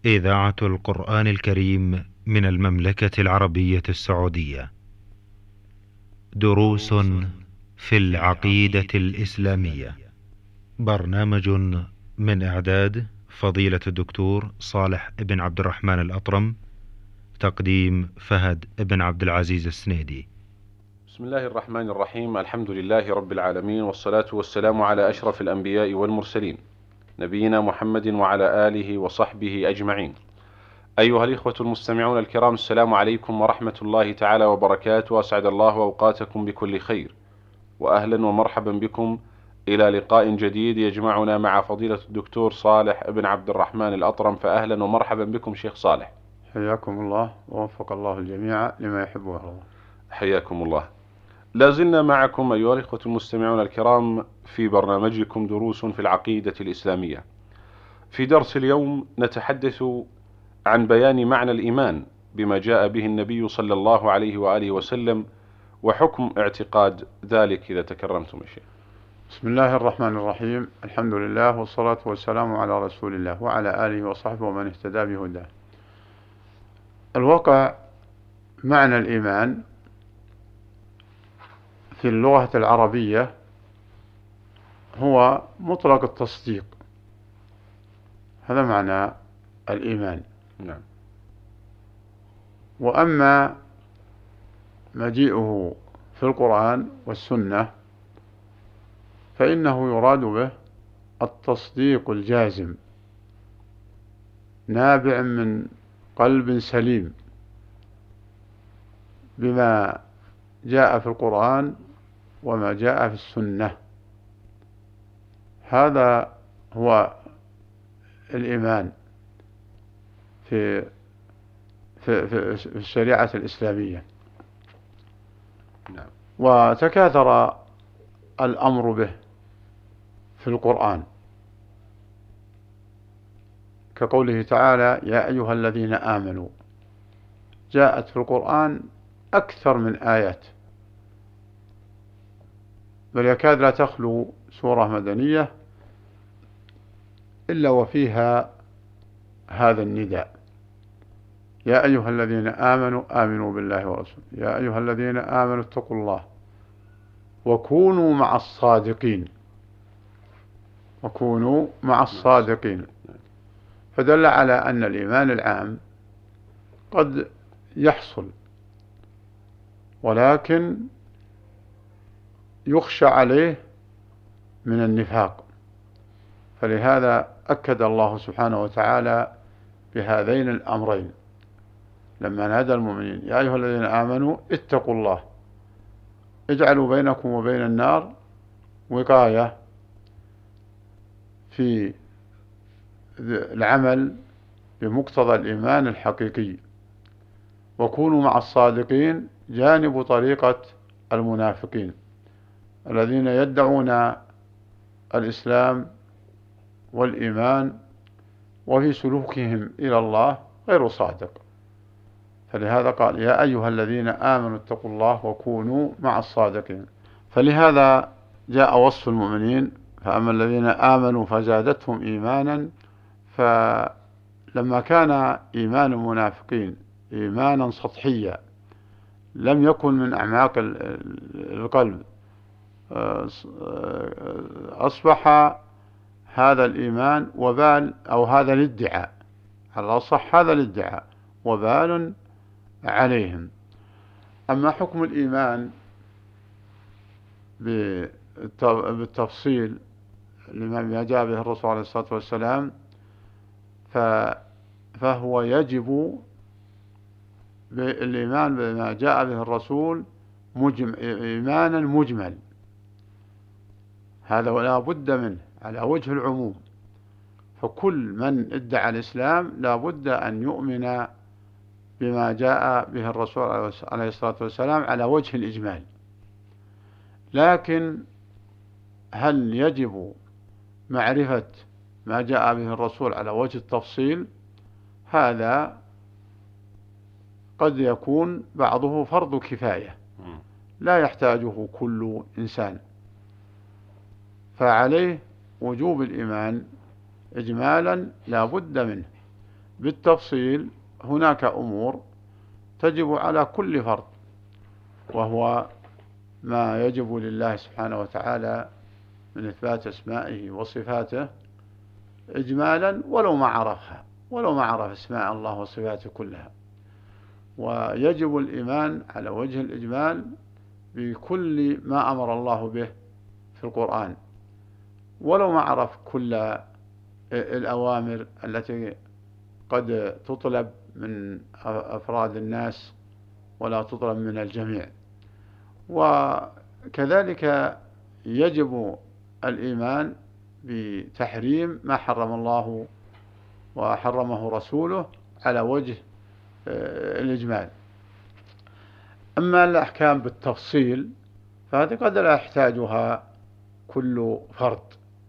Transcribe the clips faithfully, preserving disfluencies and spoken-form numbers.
إذاعة القرآن الكريم من المملكة العربية السعودية. دروس في العقيدة الإسلامية. برنامج من إعداد فضيلة الدكتور صالح بن عبد الرحمن الأطرم. تقديم فهد بن عبد العزيز السنيدي. بسم الله الرحمن الرحيم. الحمد لله رب العالمين، والصلاة والسلام على أشرف الأنبياء والمرسلين، نبينا محمد وعلى آله وصحبه أجمعين. أيها الإخوة المستمعون الكرام، السلام عليكم ورحمة الله تعالى وبركاته، أسعد الله أوقاتكم بكل خير، وأهلا ومرحبا بكم إلى لقاء جديد يجمعنا مع فضيلة الدكتور صالح بن عبد الرحمن الأطرم. فأهلا ومرحبا بكم شيخ صالح. حياكم الله ووفق الله الجميع لما يحب ويرضى. حياكم الله. لازلنا معكم أيها الإخوة المستمعون الكرام في برنامجكم دروس في العقيدة الإسلامية. في درس اليوم نتحدث عن بيان معنى الإيمان بما جاء به النبي صلى الله عليه وآله وسلم، وحكم اعتقاد ذلك إذا تكرمتم الشيخ. بسم الله الرحمن الرحيم. الحمد لله والصلاة والسلام على رسول الله وعلى آله وصحبه ومن اهتدى بهداه. الواقع معنى الإيمان في اللغة العربية هو مطلق التصديق، هذا معنى الإيمان. نعم. وأما مجيئه في القرآن والسنة فإنه يراد به التصديق الجازم نابع من قلب سليم بما جاء في القرآن وما جاء في السنة. هذا هو الإيمان في في في الشريعة الإسلامية. نعم. وتكاثر الأمر به في القرآن كقوله تعالى: يا أيها الذين آمنوا، جاءت في القرآن أكثر من آيات، بل يكاد لا تخلو سورة مدنية إلا وفيها هذا النداء: يا أيها الذين آمنوا آمنوا بالله ورسوله، يا أيها الذين آمنوا اتقوا الله وكونوا مع الصادقين، وكونوا مع الصادقين. فدل على أن الإيمان العام قد يحصل، ولكن يخشى عليه من النفاق، فلهذا أكد الله سبحانه وتعالى بهذين الأمرين لما نادى المؤمنين: يا أيها الذين آمنوا اتقوا الله اجعلوا بينكم وبين النار وقاية، في العمل بمقتضى الإيمان الحقيقي. وكونوا مع الصادقين جانب طريقة المنافقين الذين يدعون الإسلام والإيمان وفي سلوكهم إلى الله غير صادق. فلهذا قال: يا أيها الذين آمنوا اتقوا الله وكونوا مع الصادقين. فلهذا جاء وصف المؤمنين: فأما الذين آمنوا فزادتهم إيمانا. فلما كان إيمان المنافقين إيمانا سطحيا لم يكن من أعماق القلب، أصبح هذا الإيمان وبال، أو هذا الادعاء على الأصح، هذا الادعاء وبال عليهم. أما حكم الإيمان بالتفصيل لما جاء به الرسول عليه الصلاة والسلام فهو يجب بالإيمان بما جاء به الرسول مجمل، إيمانا مجمل، هذا ولا بد منه على وجه العموم. فكل من ادعى الإسلام لا بد أن يؤمن بما جاء به الرسول عليه الصلاة والسلام على وجه الإجمال. لكن هل يجب معرفة ما جاء به الرسول على وجه التفصيل؟ هذا قد يكون بعضه فرض كفاية لا يحتاجه كل إنسان، فعليه وجوب الإيمان إجمالا لا بد منه، بالتفصيل هناك أمور تجب على كل فرد، وهو ما يجب لله سبحانه وتعالى من إثبات أسمائه وصفاته إجمالا، ولو ما عرفها، ولو ما عرف أسماء الله وصفاته كلها. ويجب الإيمان على وجه الإجمال بكل ما أمر الله به في القرآن، ولو ما عرف كل الأوامر التي قد تطلب من أفراد الناس ولا تطلب من الجميع. وكذلك يجب الإيمان بتحريم ما حرم الله وحرمه رسوله على وجه الإجمال. أما الأحكام بالتفصيل فهذه قد لا يحتاجها كل فرد،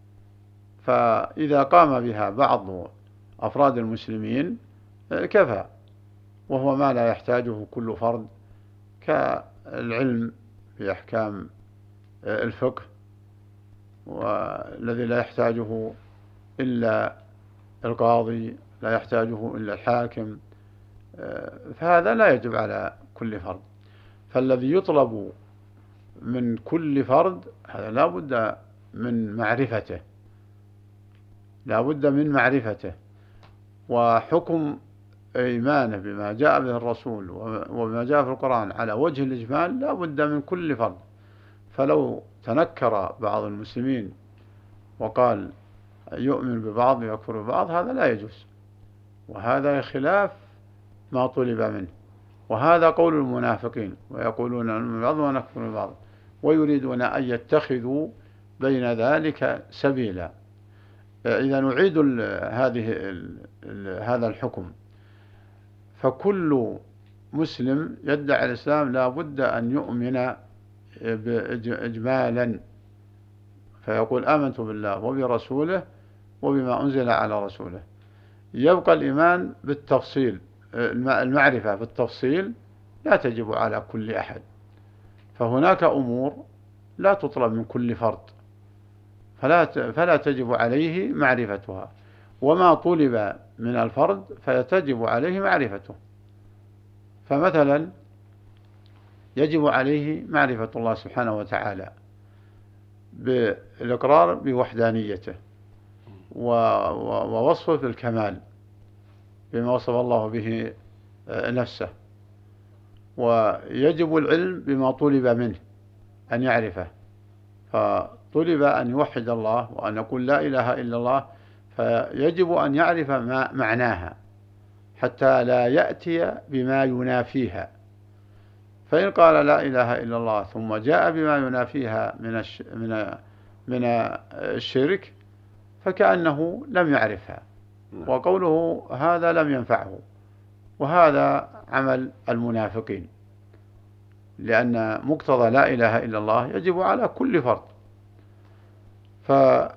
فإذا قام بها بعض أفراد المسلمين كفى، وهو ما لا يحتاجه كل فرد، كالعلم بأحكام الفقه والذي لا يحتاجه إلا القاضي، لا يحتاجه إلا الحاكم، فهذا لا يجب على كل فرد. فالذي يطلب من كل فرد هذا لا بد من معرفته، لا بد من معرفته، وحكم إيمانه بما جاء به الرسول وبما جاء في القرآن على وجه الإجمال لا بد من كل فرد. فلو تنكر بعض المسلمين وقال يؤمن ببعض ويكفر ببعض هذا لا يجوز، وهذا خلاف ما طلب منه، وهذا قول المنافقين، ويقولون نؤمن ببعض ونكفر ببعض ويريدون أن يتخذوا بين ذلك سبيلا. إذا نعيد هذه هذا الحكم، فكل مسلم يدعي الإسلام لا بد أن يؤمن إجمالا، فيقول آمنت بالله وبرسوله وبما أنزل على رسوله. يبقى الإيمان بالتفصيل، المعرفة بالتفصيل لا تجب على كل أحد، فهناك أمور لا تطلب من كل فرد فلا فلا تجب عليه معرفتها، وما طلب من الفرد فيتجب عليه معرفته. فمثلا يجب عليه معرفة الله سبحانه وتعالى بالإقرار بوحدانيته ووصفه بالكمال بما وصف الله به نفسه، ويجب العلم بما طلب منه أن يعرفه، فطلب أن يوحد الله وأن يقول لا إله إلا الله، فيجب أن يعرف ما معناها حتى لا يأتي بما ينافيها. فإن قال لا إله إلا الله ثم جاء بما ينافيها من الش... من من الشرك فكأنه لم يعرفها، وقوله هذا لم ينفعه، وهذا عمل المنافقين، لأن مقتضى لا إله إلا الله يجب على كل فرد. ف...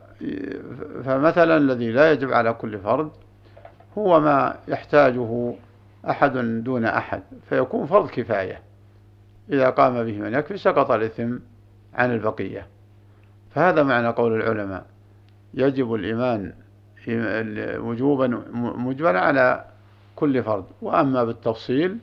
فمثلا الذي لا يجب على كل فرد هو ما يحتاجه أحد دون أحد، فيكون فرض كفاية، إذا قام به من يكفي سقط الإثم عن البقية. فهذا معنى قول العلماء يجب الإيمان وجوبا مجبلا على كل فرد. وأما بالتفصيل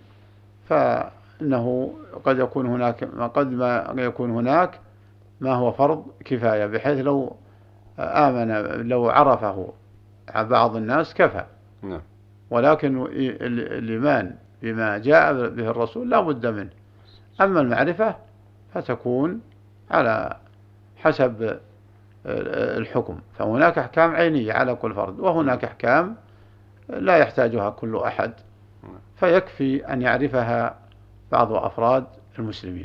فإنه قد يكون هناك قد ما يكون هناك ما هو فرض كفاية، بحيث لو آمن لو عرفه بعض الناس كفى، ولكن الإيمان بما جاء به الرسول لا بد منه. أما المعرفة فتكون على حسب الحكم، فهناك أحكام عينية على كل فرد، وهناك أحكام لا يحتاجها كل أحد، فيكفي أن يعرفها بعض أفراد المسلمين.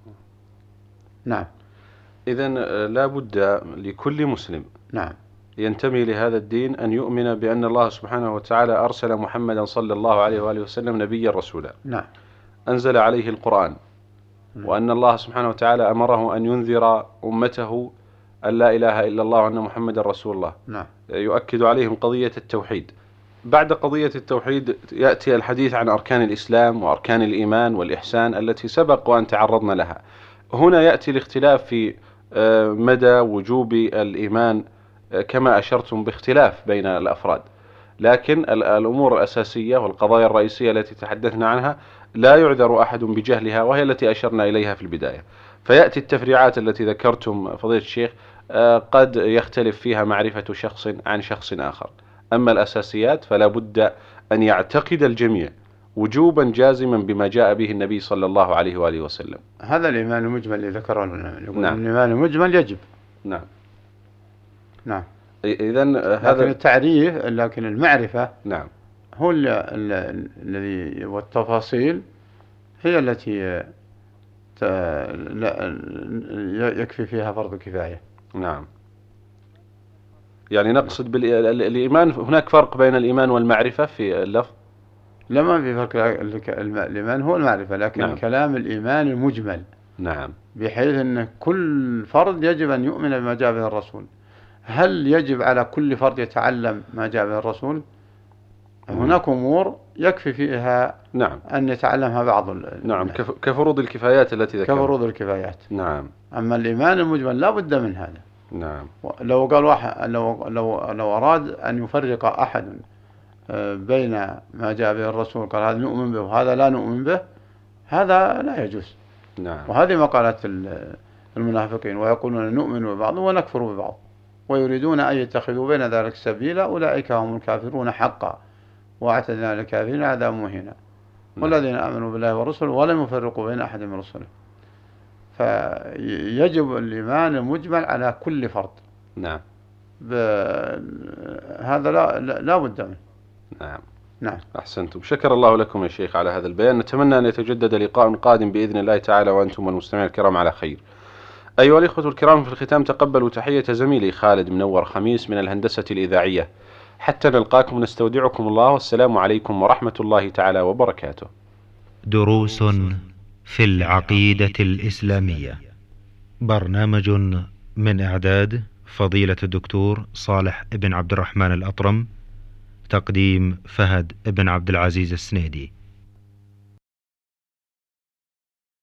نعم. إذن لا بد لكل مسلم نعم ينتمي لهذا الدين أن يؤمن بأن الله سبحانه وتعالى أرسل محمدا صلى الله عليه وآله وسلم نبيا رسولا، نعم، أنزل عليه القرآن، نعم، وأن الله سبحانه وتعالى أمره أن ينذر أمته أن لا إله إلا الله وأن محمدا رسول الله، نعم، يؤكد عليهم قضية التوحيد. بعد قضية التوحيد يأتي الحديث عن أركان الإسلام وأركان الإيمان والإحسان التي سبق وأن تعرضنا لها. هنا يأتي الاختلاف في مدى وجوب الإيمان كما أشرتم باختلاف بين الأفراد. لكن الأمور الأساسية والقضايا الرئيسية التي تحدثنا عنها لا يعذر أحد بجهلها، وهي التي أشرنا إليها في البداية. فيأتي التفريعات التي ذكرتم فضيلة الشيخ قد يختلف فيها معرفة شخص عن شخص آخر، أما الأساسيات فلا بد أن يعتقد الجميع وجوبا جازما بما جاء به النبي صلى الله عليه وآله وسلم. هذا الإيمان المجمل اللي ذكره العلماء، يقول نعم. الإيمان المجمل يجب. نعم نعم. إذن هذا لكن التعريف، لكن المعرفة نعم هو الذي والتفاصيل هي التي يكفي فيها فرض كفاية. نعم. يعني نقصد بالإيمان هناك فرق بين الإيمان والمعرفة في اللفظ؟ لا، ما في فرق. الإيمان هو المعرفة، لكن نعم. كلام الإيمان المجمل. نعم. بحيث أن كل فرد يجب أن يؤمن بما جاء به الرسول. هل يجب على كل فرد يتعلم ما جاء به الرسول؟ هناك أمور يكفي فيها نعم. أن يتعلمها بعض. نعم، كفروض الكفايات التي ذكرت. كفروض الكفايات. نعم. أما الإيمان المجمل لا بد من هذا. نعم. لو قال واحد، لو لو لو أراد أن يفرق أحد بين ما جاء به الرسول، قال هذا نؤمن به وهذا لا نؤمن به، هذا لا يجوز. نعم. وهذه مقالات المنافقين، ويقولون نؤمن ببعض ونكفر ببعض، ويريدون أن يتخذوا بين ذلك سبيلا، أولئك هم الكافرون حقا وأعتدنا للكافرين عذابا مهينا. والذين آمنوا بالله ورسله ولم يفرقوا بين أحد من رسله. فيجب الإيمان المجمل على كل فرد. نعم. هذا لا لا بد منه. نعم. نعم. أحسنتم، شكر الله لكم يا شيخ على هذا البيان. نتمنى أن يتجدد لقاء قادم بإذن الله تعالى وأنتم والمستمعين الكرام على خير. أيها الإخوة الكرام، في الختام تقبلوا تحية زميلي خالد منور خميس من الهندسة الإذاعية. حتى نلقاكم نستودعكم الله، والسلام عليكم ورحمة الله تعالى وبركاته. دروس في العقيدة الإسلامية، برنامج من إعداد فضيلة الدكتور صالح بن عبد الرحمن الأطرم، تقديم فهد بن عبد العزيز السنيدي.